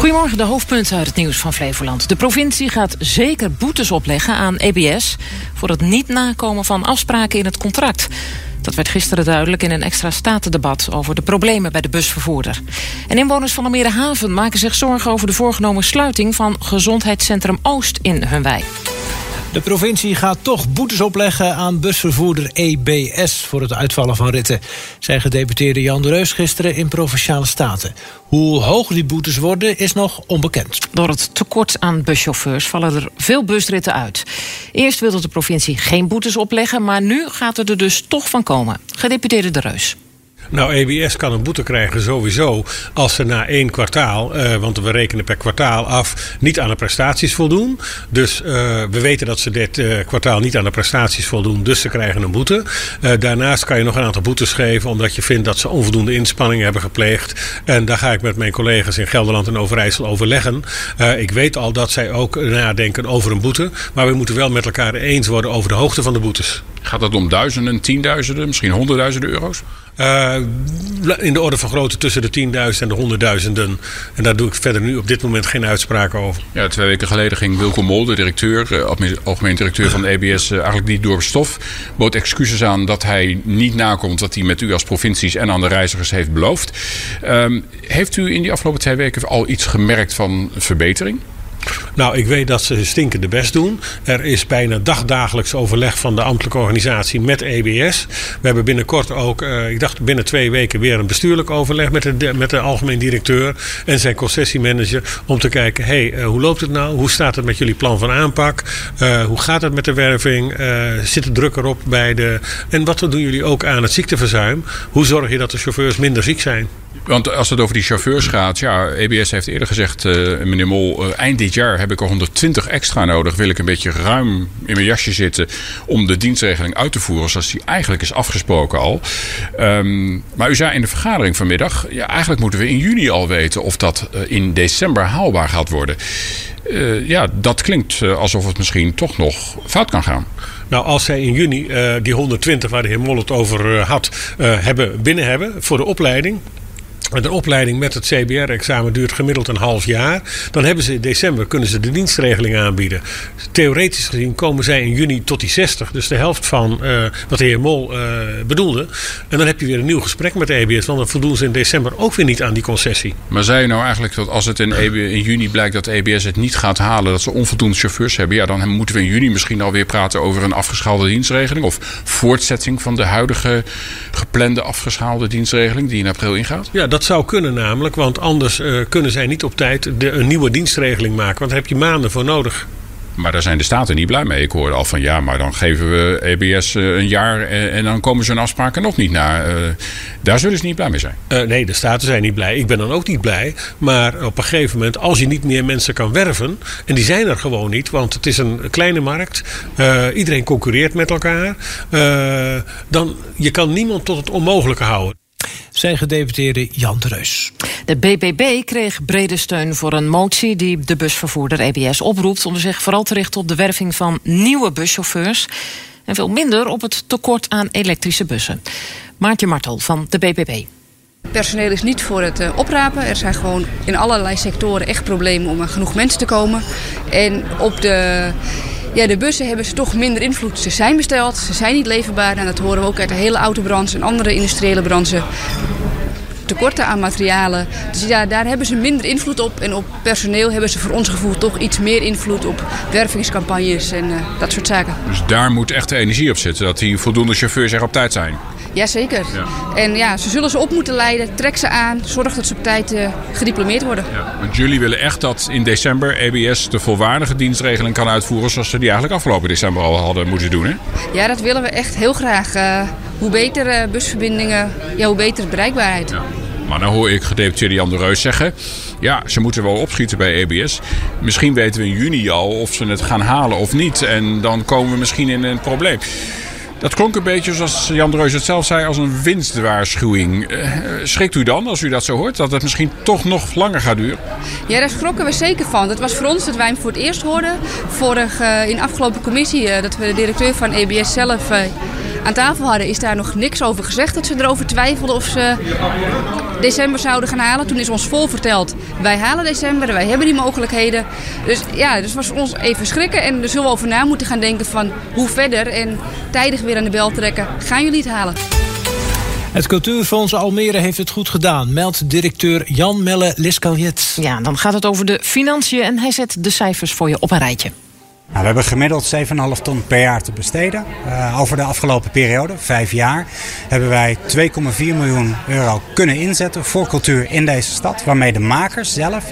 Goedemorgen, de hoofdpunten uit het nieuws van Flevoland. De provincie gaat zeker boetes opleggen aan EBS voor het niet nakomen van afspraken in het contract. Dat werd gisteren duidelijk in een extra statendebat over de problemen bij de busvervoerder. En inwoners van Almere Haven maken zich zorgen over de voorgenomen sluiting van Gezondheidscentrum Oost in hun wijk. De provincie gaat toch boetes opleggen aan busvervoerder EBS voor het uitvallen van ritten, zei gedeputeerde Jan de Reus gisteren in Provinciale Staten. Hoe hoog die boetes worden is nog onbekend. Door het tekort aan buschauffeurs vallen er veel busritten uit. Eerst wilde de provincie geen boetes opleggen, maar nu gaat het er dus toch van komen. Gedeputeerde de Reus. Nou, EBS kan een boete krijgen sowieso als ze na 1 kwartaal, want we rekenen per kwartaal af, niet aan de prestaties voldoen. Dus we weten dat ze dit kwartaal niet aan de prestaties voldoen, dus ze krijgen een boete. Daarnaast kan je nog een aantal boetes geven omdat je vindt dat ze onvoldoende inspanningen hebben gepleegd. En daar ga ik met mijn collega's in Gelderland en Overijssel overleggen. Ik weet al dat zij ook nadenken over een boete, maar we moeten wel met elkaar eens worden over de hoogte van de boetes. Gaat het om duizenden, tienduizenden, misschien honderdduizenden euro's? In de orde van grootte tussen de 10.000 en de honderdduizenden. En daar doe ik verder nu op dit moment geen uitspraken over. Ja, 2 weken geleden ging Wilco Mol, de directeur, algemeen directeur van de EBS, eigenlijk niet door stof. Bood excuses aan dat hij niet nakomt wat hij met u als provincies en aan de reizigers heeft beloofd. Heeft u in die afgelopen 2 weken al iets gemerkt van verbetering? Nou, ik weet dat ze stinkende best doen. Er is bijna dagdagelijks overleg van de ambtelijke organisatie met EBS. We hebben binnenkort ook, ik dacht binnen 2 weken weer een bestuurlijk overleg met de algemeen directeur en zijn concessiemanager. Om te kijken, hoe loopt het nou? Hoe staat het met jullie plan van aanpak? Hoe gaat het met de werving? Zit er druk erop bij de... En wat doen jullie ook aan het ziekteverzuim? Hoe zorg je dat de chauffeurs minder ziek zijn? Want als het over die chauffeurs gaat, ja, EBS heeft eerder gezegd, meneer Mol, eind dit jaar heb ik er 120 extra nodig. Wil ik een beetje ruim in mijn jasje zitten om de dienstregeling uit te voeren zoals die eigenlijk is afgesproken al. Maar u zei in de vergadering vanmiddag, ja, eigenlijk moeten we in juni al weten of dat in december haalbaar gaat worden. Ja, dat klinkt alsof het misschien toch nog fout kan gaan. Nou, als zij in juni die 120 waar de heer Mol het over had, binnen hebben voor de opleiding. Een opleiding met het CBR-examen duurt gemiddeld een half jaar. Dan hebben ze in december kunnen ze de dienstregeling aanbieden. Theoretisch gezien komen zij in juni tot die 60. Dus de helft van wat de heer Mol bedoelde. En dan heb je weer een nieuw gesprek met de EBS. Want dan voldoen ze in december ook weer niet aan die concessie. Maar zei je nou eigenlijk dat als het in juni blijkt dat de EBS het niet gaat halen, dat ze onvoldoende chauffeurs hebben, ja, dan moeten we in juni misschien alweer praten over een afgeschaalde dienstregeling of voortzetting van de huidige geplande afgeschaalde dienstregeling die in april ingaat? Ja, dat zou kunnen namelijk, want anders kunnen zij niet op tijd een nieuwe dienstregeling maken. Want daar heb je maanden voor nodig. Maar daar zijn de staten niet blij mee. Ik hoorde al van ja, maar dan geven we EBS een jaar en dan komen zo'n afspraken nog niet na. Daar zullen ze niet blij mee zijn. Nee, de staten zijn niet blij. Ik ben dan ook niet blij. Maar op een gegeven moment, als je niet meer mensen kan werven, en die zijn er gewoon niet, want het is een kleine markt. Iedereen concurreert met elkaar. Dan je kan niemand tot het onmogelijke houden. Zijn gedeputeerde Jan de Reus. De BBB kreeg brede steun voor een motie die de busvervoerder EBS oproept om zich vooral te richten op de werving van nieuwe buschauffeurs en veel minder op het tekort aan elektrische bussen. Maartje Martel van de BBB. Personeel is niet voor het oprapen. Er zijn gewoon in allerlei sectoren echt problemen om aan genoeg mensen te komen. En op de bussen hebben ze toch minder invloed. Ze zijn besteld, ze zijn niet leverbaar. En dat horen we ook uit de hele autobranche en andere industriële branchen. Tekorten aan materialen. Dus ja, daar hebben ze minder invloed op. En op personeel hebben ze voor ons gevoel toch iets meer invloed op wervingscampagnes en dat soort zaken. Dus daar moet echt de energie op zitten, dat die voldoende chauffeurs er op tijd zijn? Jazeker. Ja. En ja, ze zullen ze op moeten leiden, trek ze aan, zorg dat ze op tijd gediplomeerd worden. Ja, want jullie willen echt dat in december EBS de volwaardige dienstregeling kan uitvoeren zoals ze die eigenlijk afgelopen december al hadden moeten doen, hè? Ja, dat willen we echt heel graag. Hoe beter busverbindingen, hoe beter bereikbaarheid. Ja. Maar dan hoor ik gedeputeerde Jan de Reus zeggen, ja, ze moeten wel opschieten bij EBS. Misschien weten we in juni al of ze het gaan halen of niet. En dan komen we misschien in een probleem. Dat klonk een beetje, zoals Jan de Reus het zelf zei, als een winstwaarschuwing. Schrikt u dan, als u dat zo hoort, dat het misschien toch nog langer gaat duren? Ja, daar schrokken we zeker van. Dat was voor ons dat wij hem voor het eerst hoorden. In de afgelopen commissie, dat we de directeur van EBS zelf aan tafel hadden, is daar nog niks over gezegd. Dat ze erover twijfelden of ze december zouden gaan halen. Toen is ons vol verteld, wij halen december, wij hebben die mogelijkheden. Dus ja, dus was voor ons even schrikken. En er zullen we over na moeten gaan denken van hoe verder. En tijdig weer aan de bel trekken. Gaan jullie het halen? Het Cultuurfonds Almere heeft het goed gedaan, meldt directeur Jan Melle Liscaljet. Ja, dan gaat het over de financiën en hij zet de cijfers voor je op een rijtje. Nou, we hebben gemiddeld 7,5 ton per jaar te besteden. Over de afgelopen periode, 5 jaar, hebben wij 2,4 miljoen euro kunnen inzetten voor cultuur in deze stad. Waarmee de makers zelf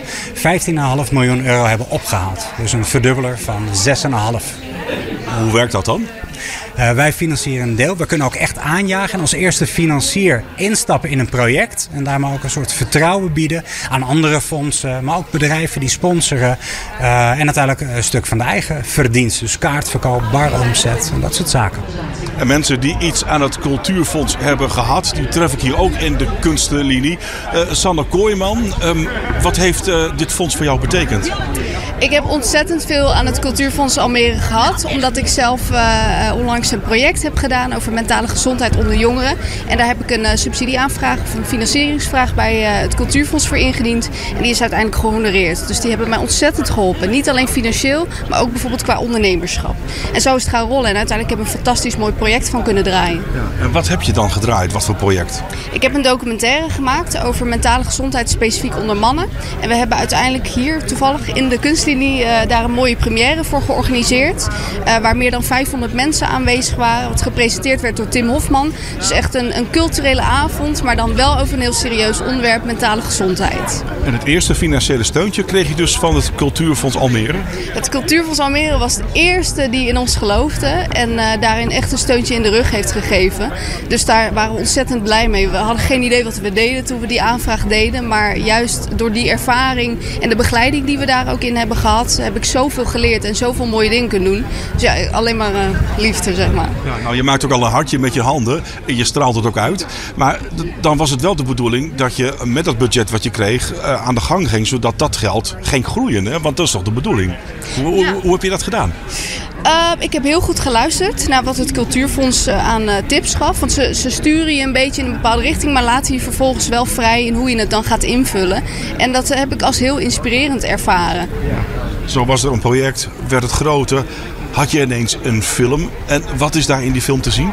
15,5 miljoen euro hebben opgehaald. Dus een verdubbeler van 6,5. Hoe werkt dat dan? Wij financieren een deel. We kunnen ook echt aanjagen en als eerste financier instappen in een project. En daarmee ook een soort vertrouwen bieden aan andere fondsen. Maar ook bedrijven die sponsoren. En uiteindelijk een stuk van de eigen verdienst. Dus kaartverkoop, baromzet en dat soort zaken. En mensen die iets aan het Cultuurfonds hebben gehad, die tref ik hier ook in de kunstenlinie. Sander Kooijman, wat heeft dit fonds voor jou betekend? Ik heb ontzettend veel aan het Cultuurfonds Almere gehad. Omdat ik zelf onlangs een project heb gedaan over mentale gezondheid onder jongeren. En daar heb ik een subsidieaanvraag of een financieringsvraag bij het Cultuurfonds voor ingediend. En die is uiteindelijk gehonoreerd. Dus die hebben mij ontzettend geholpen. Niet alleen financieel, maar ook bijvoorbeeld qua ondernemerschap. En zo is het gaan rollen. En uiteindelijk heb ik een fantastisch mooi project van kunnen draaien. Ja, en wat heb je dan gedraaid? Wat voor project? Ik heb een documentaire gemaakt over mentale gezondheid specifiek onder mannen. En we hebben uiteindelijk hier toevallig in de kunstlinie daar een mooie première voor georganiseerd. Waar meer dan 500 mensen aanwezig waren. Wat gepresenteerd werd door Tim Hofman. Dus echt een culturele avond, maar dan wel over een heel serieus onderwerp, mentale gezondheid. En het eerste financiële steuntje kreeg je dus van het Cultuurfonds Almere? Het Cultuurfonds Almere was de eerste die in ons geloofde. En daarin echt een steuntje in de rug heeft gegeven. Dus daar waren we ontzettend blij mee. We hadden geen idee wat we deden toen we die aanvraag deden. Maar juist door die ervaring en de begeleiding die we daar ook in hebben gehad, heb ik zoveel geleerd en zoveel mooie dingen kunnen doen. Dus ja, alleen maar liefde, zeg maar. Ja, nou, je maakt ook al een hartje met je handen en je straalt het ook uit. Maar dan was het wel de bedoeling dat je met dat budget wat je kreeg aan de gang ging, zodat dat geld ging groeien. Hè? Want dat is toch de bedoeling? Hoe heb je dat gedaan? Ik heb heel goed geluisterd naar wat het Cultuurfonds aan tips gaf. Want ze sturen je een beetje in een bepaalde richting, maar laten je vervolgens wel vrij in hoe je het dan gaat invullen. En dat heb ik als heel inspirerend ervaren. Zo was er een project, werd het groter, had je ineens een film. En wat is daar in die film te zien?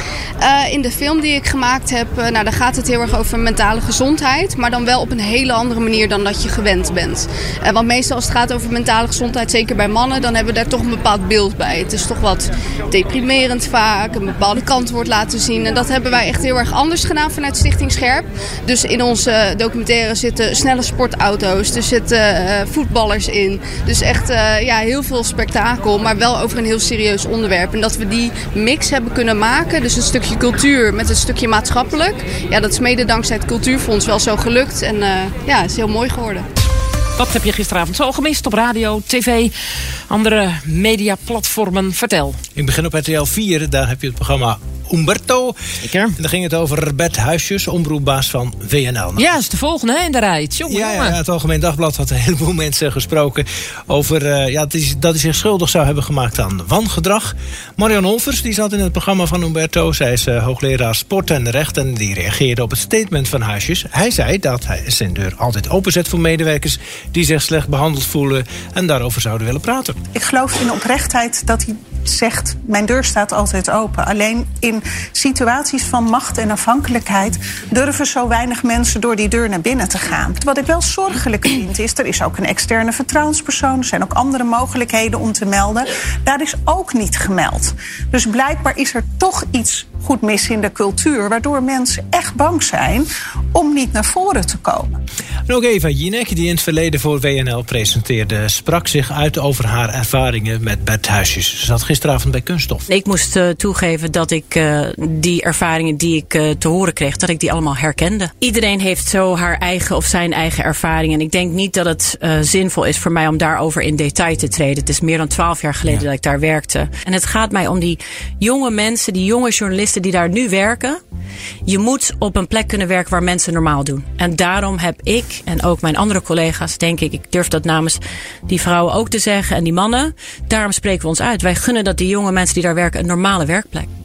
In de film die ik gemaakt heb, daar gaat het heel erg over mentale gezondheid. Maar dan wel op een hele andere manier dan dat je gewend bent. Want meestal als het gaat over mentale gezondheid, zeker bij mannen, dan hebben we daar toch een bepaald beeld bij. Het is toch wat deprimerend vaak, een bepaalde kant wordt laten zien. En dat hebben wij echt heel erg anders gedaan vanuit Stichting Scherp. Dus in onze documentaire zitten snelle sportauto's, er zitten voetballers in. Dus echt heel veel spektakel, maar wel over een heel serieus onderwerp. En dat we die mix hebben kunnen maken, dus een stukje cultuur met een stukje maatschappelijk. Ja, dat is mede dankzij het Cultuurfonds wel zo gelukt. En het is heel mooi geworden. Wat heb je gisteravond zo gemist op radio, tv, andere mediaplatformen? Vertel. Ik begin op RTL 4, daar heb je het programma Umberto. Zeker. En dan ging het over Bert Huisjes, omroepbaas van WNL. Ja, dat is de volgende in de rij. Tjonge. Het Algemeen Dagblad had een heleboel mensen gesproken over dat hij zich schuldig zou hebben gemaakt aan wangedrag. Marion Holvers, die zat in het programma van Umberto. Zij is hoogleraar sport en recht en die reageerde op het statement van Huisjes. Hij zei dat hij zijn deur altijd openzet voor medewerkers die zich slecht behandeld voelen en daarover zouden willen praten. Ik geloof in oprechtheid dat hij zegt, mijn deur staat altijd open. Alleen in situaties van macht en afhankelijkheid durven zo weinig mensen door die deur naar binnen te gaan. Wat ik wel zorgelijk vind is, er is ook een externe vertrouwenspersoon. Er zijn ook andere mogelijkheden om te melden. Daar is ook niet gemeld. Dus blijkbaar is er toch iets goed mis in de cultuur, waardoor mensen echt bang zijn om niet naar voren te komen. En ook Eva Jinek, die in het verleden voor WNL presenteerde, sprak zich uit over haar ervaringen met Bert Huisjes. Ze zat gisteravond bij Kunststof. Ik moest toegeven dat ik die ervaringen die ik te horen kreeg, dat ik die allemaal herkende. Iedereen heeft zo haar eigen of zijn eigen ervaringen. En ik denk niet dat het zinvol is voor mij om daarover in detail te treden. Het is meer dan 12 jaar geleden dat ik daar werkte. En het gaat mij om die jonge mensen, die jonge journalisten die daar nu werken. Je moet op een plek kunnen werken waar mensen normaal doen. En daarom heb ik en ook mijn andere collega's, denk ik durf dat namens die vrouwen ook te zeggen en die mannen, daarom spreken we ons uit. Wij gunnen dat die jonge mensen die daar werken een normale werkplek.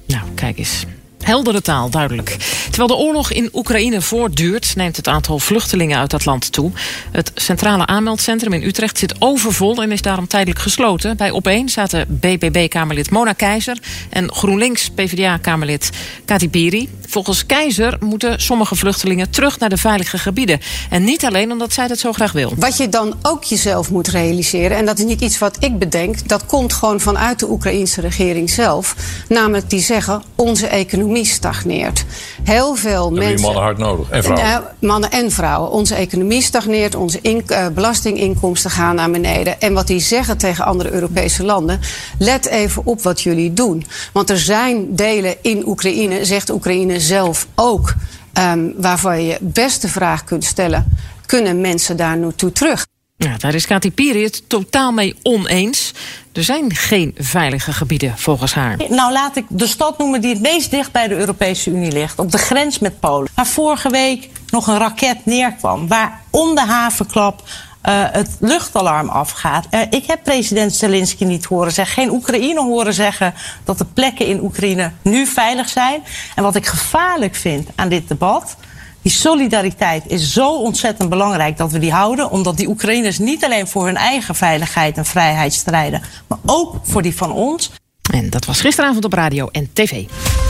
Nou, kijk eens. Heldere taal, duidelijk. Terwijl de oorlog in Oekraïne voortduurt, neemt het aantal vluchtelingen uit dat land toe. Het centrale aanmeldcentrum in Utrecht zit overvol en is daarom tijdelijk gesloten. Bij Op1 zaten BBB-kamerlid Mona Keizer en GroenLinks-PvdA-kamerlid Kati Piri. Volgens Keizer moeten sommige vluchtelingen terug naar de veilige gebieden. En niet alleen omdat zij dat zo graag wil. Wat je dan ook jezelf moet realiseren, en dat is niet iets wat ik bedenk, dat komt gewoon vanuit de Oekraïense regering zelf. Namelijk die zeggen, onze economie stagneert. Heel veel mensen... Die mannen hard nodig. En vrouwen. Mannen en vrouwen. Onze economie stagneert, onze belastinginkomsten gaan naar beneden. En wat die zeggen tegen andere Europese landen, let even op wat jullie doen. Want er zijn delen in Oekraïne, zegt Oekraïne zelf ook, waarvan je best de vraag kunt stellen, kunnen mensen daar naartoe terug? Ja, daar is Kati Piri het totaal mee oneens. Er zijn geen veilige gebieden volgens haar. Nou, laat ik de stad noemen die het meest dicht bij de Europese Unie ligt. Op de grens met Polen. Waar vorige week nog een raket neerkwam. Waar om de havenklap het luchtalarm afgaat. Ik heb president Zelensky niet horen zeggen, geen Oekraïne horen zeggen dat de plekken in Oekraïne nu veilig zijn. En wat ik gevaarlijk vind aan dit debat, die solidariteit is zo ontzettend belangrijk dat we die houden. Omdat die Oekraïners niet alleen voor hun eigen veiligheid en vrijheid strijden, maar ook voor die van ons. En dat was gisteravond op radio en tv.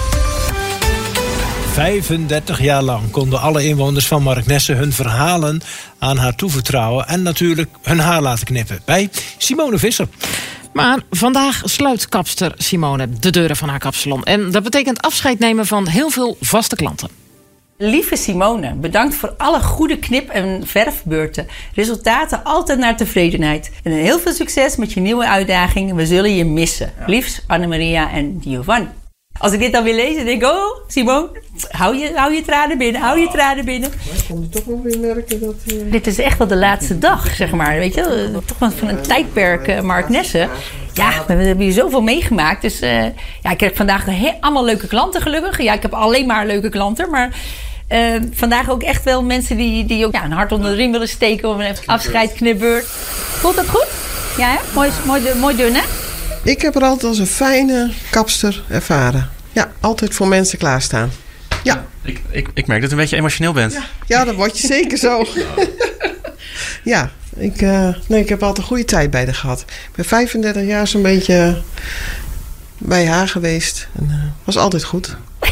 35 jaar lang konden alle inwoners van Marknesse hun verhalen aan haar toevertrouwen en natuurlijk hun haar laten knippen bij Simone Visser. Maar vandaag sluit kapster Simone de deuren van haar kapsalon. En dat betekent afscheid nemen van heel veel vaste klanten. Lieve Simone, bedankt voor alle goede knip- en verfbeurten. Resultaten altijd naar tevredenheid. En heel veel succes met je nieuwe uitdaging. We zullen je missen. Ja. Liefs, Annemaria en Giovanni. Als ik dit dan weer lees, dan denk ik, oh, Simone, hou je tranen binnen, hou je tranen binnen. Maar ik kon toch wel weer merken dat... Dit is echt wel de laatste dag, zeg maar. Weet je, toch wel van een tijdperk, Marknesse. Ja, we hebben hier zoveel meegemaakt. Dus ja, ik heb vandaag allemaal leuke klanten gelukkig. Ja, ik heb alleen maar leuke klanten, maar... vandaag ook echt wel mensen die ook een hart onder de riem willen steken of een afscheidsknipbeurt. Voelt dat goed? Ja, hè? Mooi dun, hè? Ik heb er altijd als een fijne kapster ervaren. Ja, altijd voor mensen klaarstaan. Ja. Ik merk dat je een beetje emotioneel bent. Ja, dat word je zeker zo. Ja, ik heb altijd een goede tijd bij haar gehad. Ik ben 35 jaar zo'n beetje bij haar geweest. En was altijd goed.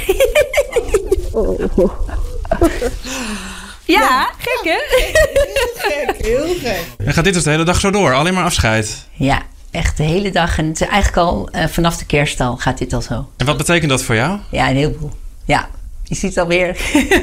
Ja, gek hè? Heel gek. En gaat dit dus de hele dag zo door? Alleen maar afscheid? Ja, echt de hele dag. En het is eigenlijk al vanaf de kerst al gaat dit al zo. En wat betekent dat voor jou? Ja, een heleboel. Ja, je ziet het alweer.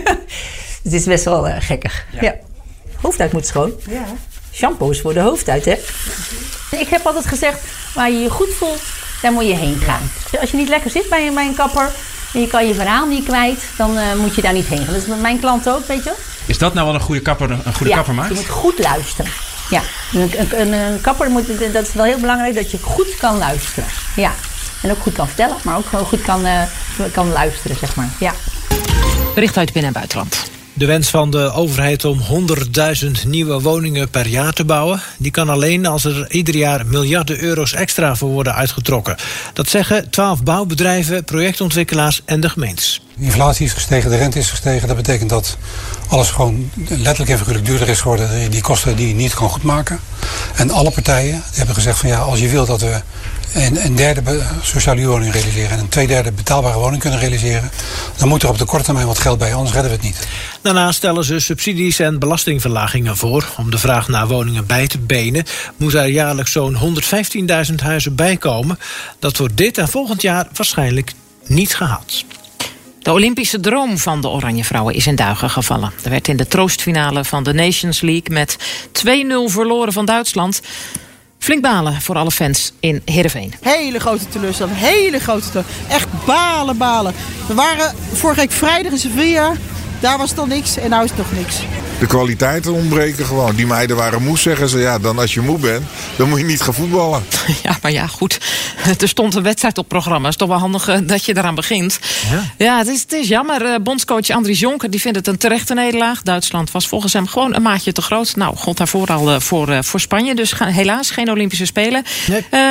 Het is best wel gekkig. Ja. Hoofdhuid moet schoon. Ja. Shampoos voor de hoofdhuid, hè? Ik heb altijd gezegd, waar je je goed voelt, daar moet je heen gaan. Dus als je niet lekker zit bij een kapper en je kan je verhaal niet kwijt, dan moet je daar niet heen gaan. Dat is met mijn klanten ook, weet je wel. Is dat nou wel een goede kapper kapper maakt? Je moet goed luisteren. Ja, een kapper dat is wel heel belangrijk dat je goed kan luisteren. Ja, en ook goed kan vertellen, maar ook goed kan luisteren, zeg maar. Ja. Bericht uit binnen- en buitenland. De wens van de overheid om 100.000 nieuwe woningen per jaar te bouwen, die kan alleen als er ieder jaar miljarden euro's extra voor worden uitgetrokken. Dat zeggen 12 bouwbedrijven, projectontwikkelaars en de gemeentes. De inflatie is gestegen, de rente is gestegen. Dat betekent dat alles gewoon letterlijk en figuurlijk duurder is geworden. Die kosten die je niet kan goedmaken. En alle partijen hebben gezegd van ja, als je wilt dat we een derde sociale huurwoning realiseren en een 2/3 betaalbare woning kunnen realiseren, dan moet er op de korte termijn wat geld bij, anders redden we het niet. Daarnaast stellen ze subsidies en belastingverlagingen voor. Om de vraag naar woningen bij te benen moet er jaarlijks zo'n 115.000 huizen bijkomen. Dat wordt dit en volgend jaar waarschijnlijk niet gehaald. De Olympische droom van de Oranje Vrouwen is in duigen gevallen. Er werd in de troostfinale van de Nations League met 2-0 verloren van Duitsland. Flink balen voor alle fans in Heerenveen. Hele grote teleurstelling, hele grote teleurstelling. Echt balen. We waren vorige week vrijdag in Sevilla. Daar was het al niks en nu is het nog niks. De kwaliteiten ontbreken gewoon. Die meiden waren moe, zeggen ze. Ja, dan als je moe bent, dan moet je niet gaan voetballen. Ja, maar ja, goed. Er stond een wedstrijd op programma. Het is toch wel handig dat je eraan begint. Ja, het is jammer. Bondscoach Andries Jonker die vindt het een terechte nederlaag. Duitsland was volgens hem gewoon een maatje te groot. Nou, God daarvoor al voor Spanje. Dus helaas geen Olympische Spelen. Nee.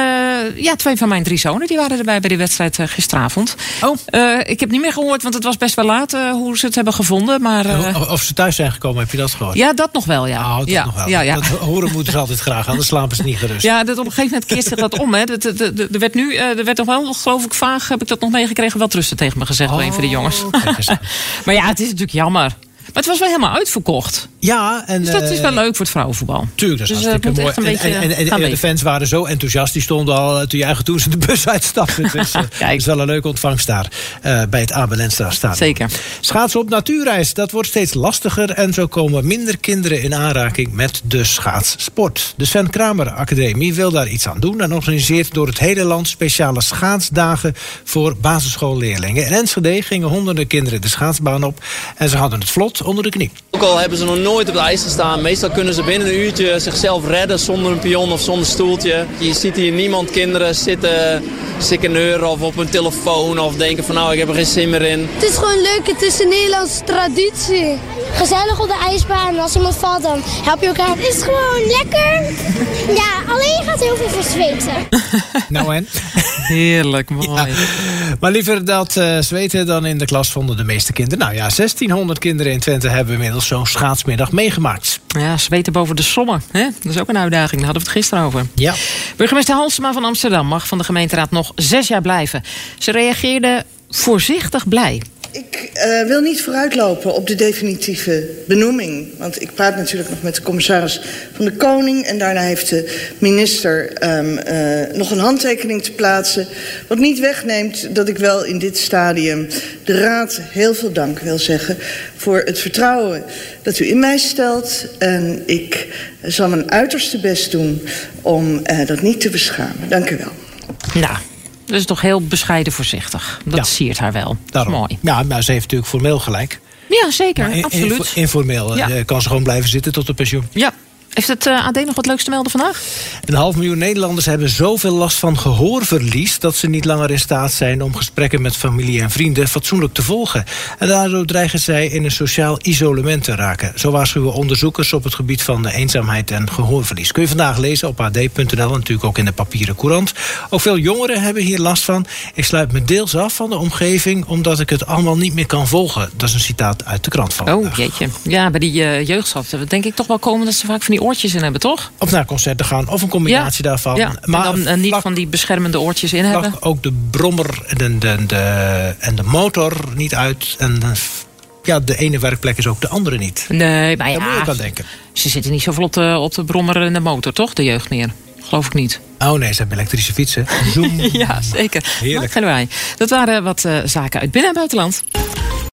2 van mijn 3 zonen die waren erbij bij die wedstrijd gisteravond. Ik heb niet meer gehoord, want het was best wel laat hoe ze het hebben gevonden. Maar, of ze thuis zijn gekomen, heb je dat gehoord? Ja, dat nog wel, ja. Nog wel. Ja. Dat horen moeten ze altijd graag, anders slapen ze niet gerust. Ja, op een gegeven moment keert zich dat om. Hè. Er werd nog wel, geloof ik, vaag, heb ik dat nog meegekregen, wel trusten tegen me gezegd door een van de jongens. Maar ja, het is natuurlijk jammer. Maar het was wel helemaal uitverkocht. Ja, dus dat is wel leuk voor het vrouwenvoetbal. Tuurlijk, dat is hartstikke mooi. En de fans waren zo enthousiast. Die stonden al te juichen toen ze de bus uitstapten. Dus het is wel een leuke ontvangst daar bij het Abel Enstra Stadion. Zeker. Schaatsen op natuurreis, dat wordt steeds lastiger. En zo komen minder kinderen in aanraking met de schaatssport. De Sven Kramer Academie wil daar iets aan doen. En organiseert door het hele land speciale schaatsdagen voor basisschoolleerlingen. In Enschede gingen honderden kinderen de schaatsbaan op. En ze hadden het vlot onder de knie. Ook al hebben ze nog nooit op het ijs gestaan, meestal kunnen ze binnen een uurtje zichzelf redden zonder een pion of zonder stoeltje. Je ziet hier niemand kinderen zitten sikkeneuren of op hun telefoon of denken van nou ik heb er geen zin meer in. Het is gewoon leuk, het is een Nederlandse traditie. Gezellig op de ijsbaan, als iemand valt dan help je elkaar. Het is gewoon lekker. Ja, alleen je gaat heel veel verzweten. Nou en? Heerlijk, mooi. Ja. Maar liever dat zweten dan in de klas vonden de meeste kinderen. Nou ja, 1600 kinderen in Twente hebben inmiddels zo'n schaatsmiddag meegemaakt. Ja, zweten boven de sommen. Hè? Dat is ook een uitdaging, daar hadden we het gisteren over. Ja. Burgemeester Halsema van Amsterdam mag van de gemeenteraad nog 6 jaar blijven. Ze reageerde voorzichtig blij. Ik wil niet vooruitlopen op de definitieve benoeming. Want ik praat natuurlijk nog met de commissaris van de Koning. En daarna heeft de minister nog een handtekening te plaatsen. Wat niet wegneemt dat ik wel in dit stadium de raad heel veel dank wil zeggen voor het vertrouwen dat u in mij stelt. En ik zal mijn uiterste best doen om dat niet te beschamen. Dank u wel. Nou. Dat is toch heel bescheiden voorzichtig. Dat siert haar wel. Daarom. Mooi. Ja, maar ze heeft natuurlijk formeel gelijk. Ja, zeker. Absoluut. Informeel kan ze gewoon blijven zitten tot de pensioen. Ja. Heeft het AD nog wat leuks te melden vandaag? 500.000 Nederlanders hebben zoveel last van gehoorverlies dat ze niet langer in staat zijn om gesprekken met familie en vrienden fatsoenlijk te volgen. En daardoor dreigen zij in een sociaal isolement te raken. Zo waarschuwen onderzoekers op het gebied van eenzaamheid en gehoorverlies. Kun je vandaag lezen op ad.nl en natuurlijk ook in de papieren courant. Ook veel jongeren hebben hier last van. Ik sluit me deels af van de omgeving omdat ik het allemaal niet meer kan volgen. Dat is een citaat uit de krant van vandaag. Jeetje. Ja, bij die jeugdzorg denk ik toch wel komen dat ze vaak van die oortjes in hebben, toch? Of naar concerten gaan, of een combinatie daarvan. Ja, maar dan niet van die beschermende oortjes in hebben. Ook de brommer en de motor niet uit. En de ene werkplek is ook de andere niet. Nee, maar daar moet je ook aan denken. Ze zitten niet zoveel op de brommer en de motor, toch? De jeugd meer. Geloof ik niet. Oh nee, ze hebben elektrische fietsen. Zoom. Ja, zeker. Heerlijk. Dat waren wat zaken uit binnen- en buitenland.